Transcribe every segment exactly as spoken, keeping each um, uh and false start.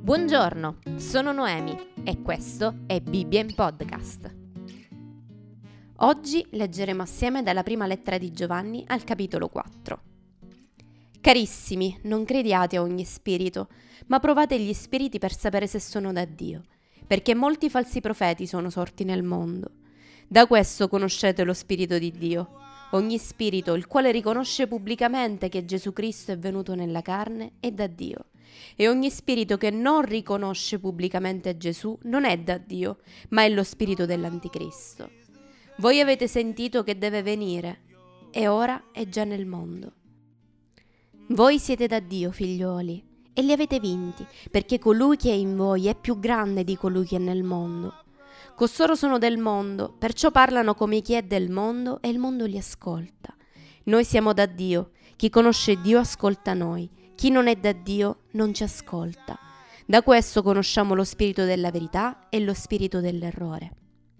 Buongiorno, sono Noemi e questo è Bibbia in Podcast. Oggi leggeremo assieme dalla prima lettera di Giovanni al capitolo quattro. Carissimi, non crediate a ogni spirito, ma provate gli spiriti per sapere se sono da Dio, perché molti falsi profeti sono sorti nel mondo. Da questo conoscete lo Spirito di Dio. Ogni spirito, il quale riconosce pubblicamente che Gesù Cristo è venuto nella carne, è da Dio. E ogni spirito che non riconosce pubblicamente Gesù non è da Dio, ma è lo spirito dell'Anticristo. Voi avete sentito che deve venire, e ora è già nel mondo. Voi siete da Dio, figlioli, e li avete vinti, perché colui che è in voi è più grande di colui che è nel mondo. Costoro sono del mondo, perciò parlano come chi è del mondo e il mondo li ascolta. Noi siamo da Dio, chi conosce Dio ascolta noi, chi non è da Dio non ci ascolta. Da questo conosciamo lo spirito della verità e lo spirito dell'errore.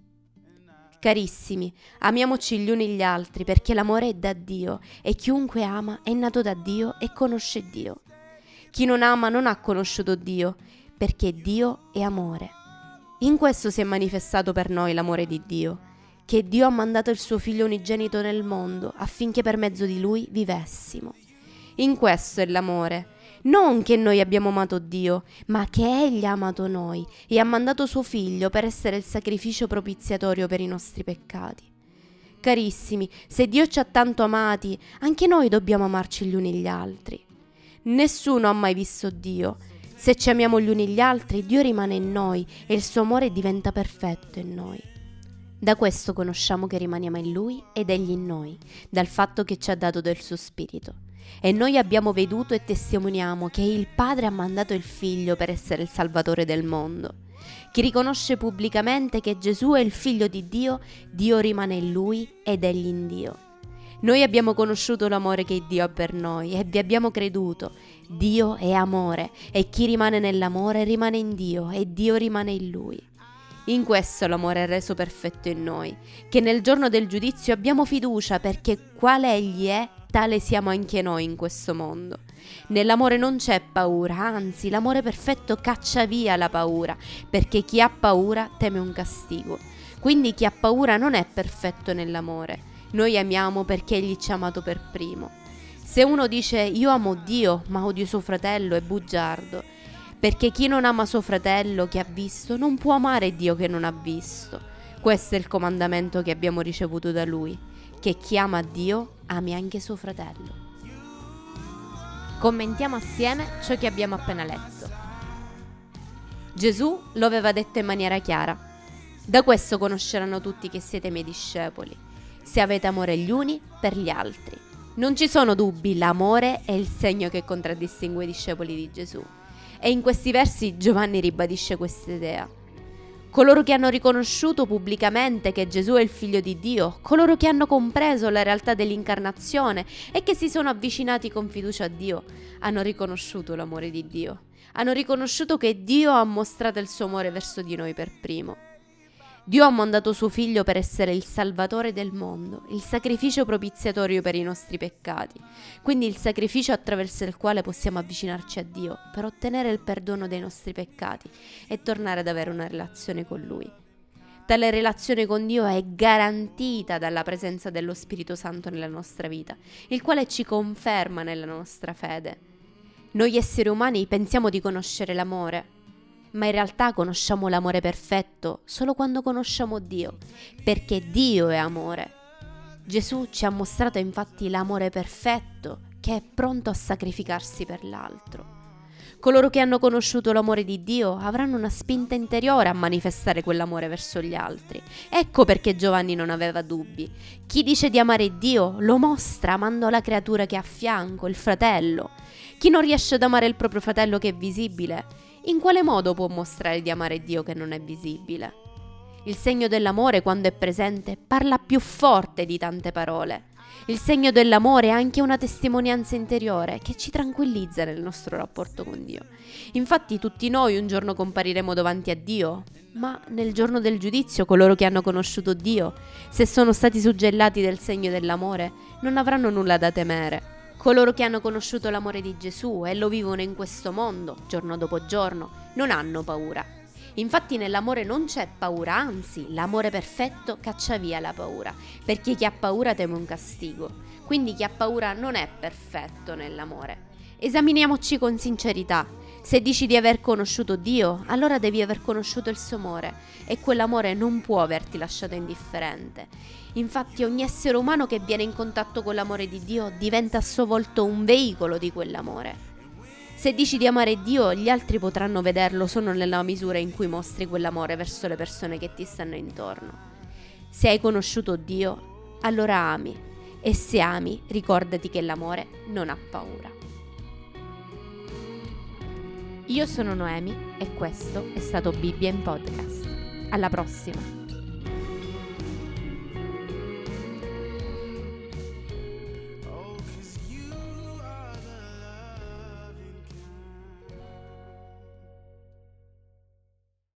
Carissimi, amiamoci gli uni gli altri perché l'amore è da Dio e chiunque ama è nato da Dio e conosce Dio. Chi non ama non ha conosciuto Dio, perché Dio è amore. In questo si è manifestato per noi l'amore di Dio, che Dio ha mandato il suo Figlio unigenito nel mondo affinché per mezzo di Lui vivessimo. In questo è l'amore, non che noi abbiamo amato Dio, ma che Egli ha amato noi e ha mandato suo Figlio per essere il sacrificio propiziatorio per i nostri peccati. Carissimi, se Dio ci ha tanto amati, anche noi dobbiamo amarci gli uni gli altri. Nessuno ha mai visto Dio. Se ci amiamo gli uni gli altri, Dio rimane in noi e il suo amore diventa perfetto in noi. Da questo conosciamo che rimaniamo in Lui ed Egli in noi, dal fatto che ci ha dato del suo Spirito. E noi abbiamo veduto e testimoniamo che il Padre ha mandato il Figlio per essere il Salvatore del mondo. Chi riconosce pubblicamente che Gesù è il Figlio di Dio, Dio rimane in Lui ed Egli in Dio. Noi abbiamo conosciuto l'amore che Dio ha per noi e vi abbiamo creduto. Dio è amore e chi rimane nell'amore rimane in Dio e Dio rimane in Lui. In questo l'amore è reso perfetto in noi, che nel giorno del giudizio abbiamo fiducia perché quale Egli è, tale siamo anche noi in questo mondo. Nell'amore non c'è paura, anzi l'amore perfetto caccia via la paura, perché chi ha paura teme un castigo. Quindi chi ha paura non è perfetto nell'amore. Noi amiamo perché Egli ci ha amato per primo. Se uno dice io amo Dio ma odio suo fratello è bugiardo, perché chi non ama suo fratello che ha visto non può amare Dio che non ha visto. Questo è il comandamento che abbiamo ricevuto da Lui, che chi ama Dio ami anche suo fratello. Commentiamo assieme ciò che abbiamo appena letto. Gesù lo aveva detto in maniera chiara. Da questo conosceranno tutti che siete miei discepoli, se avete amore gli uni per gli altri. Non ci sono dubbi, l'amore è il segno che contraddistingue i discepoli di Gesù. E in questi versi Giovanni ribadisce questa idea. Coloro che hanno riconosciuto pubblicamente che Gesù è il Figlio di Dio, coloro che hanno compreso la realtà dell'incarnazione e che si sono avvicinati con fiducia a Dio, hanno riconosciuto l'amore di Dio. Hanno riconosciuto che Dio ha mostrato il suo amore verso di noi per primo. Dio ha mandato suo Figlio per essere il Salvatore del mondo, il sacrificio propiziatorio per i nostri peccati, quindi il sacrificio attraverso il quale possiamo avvicinarci a Dio per ottenere il perdono dei nostri peccati e tornare ad avere una relazione con Lui. Tale relazione con Dio è garantita dalla presenza dello Spirito Santo nella nostra vita, il quale ci conferma nella nostra fede. Noi esseri umani pensiamo di conoscere l'amore, ma in realtà conosciamo l'amore perfetto solo quando conosciamo Dio, perché Dio è amore. Gesù ci ha mostrato infatti l'amore perfetto che è pronto a sacrificarsi per l'altro. Coloro che hanno conosciuto l'amore di Dio avranno una spinta interiore a manifestare quell'amore verso gli altri. Ecco perché Giovanni non aveva dubbi. Chi dice di amare Dio lo mostra amando la creatura che ha a fianco, il fratello. Chi non riesce ad amare il proprio fratello che è visibile, in quale modo può mostrare di amare Dio che non è visibile? Il segno dell'amore, quando è presente, parla più forte di tante parole. Il segno dell'amore è anche una testimonianza interiore che ci tranquillizza nel nostro rapporto con Dio. Infatti tutti noi un giorno compariremo davanti a Dio, ma nel giorno del giudizio coloro che hanno conosciuto Dio, se sono stati suggellati del segno dell'amore, non avranno nulla da temere. Coloro che hanno conosciuto l'amore di Gesù e lo vivono in questo mondo, giorno dopo giorno, non hanno paura. Infatti nell'amore non c'è paura, anzi, l'amore perfetto caccia via la paura, perché chi ha paura teme un castigo. Quindi chi ha paura non è perfetto nell'amore. Esaminiamoci con sincerità. Se dici di aver conosciuto Dio, allora devi aver conosciuto il suo amore, e quell'amore non può averti lasciato indifferente. Infatti ogni essere umano che viene in contatto con l'amore di Dio diventa a suo volto un veicolo di quell'amore. Se dici di amare Dio, gli altri potranno vederlo solo nella misura in cui mostri quell'amore verso le persone che ti stanno intorno. Se hai conosciuto Dio, allora ami, e se ami, ricordati che l'amore non ha paura. Io sono Noemi e questo è stato Bibbia in Podcast. Alla prossima!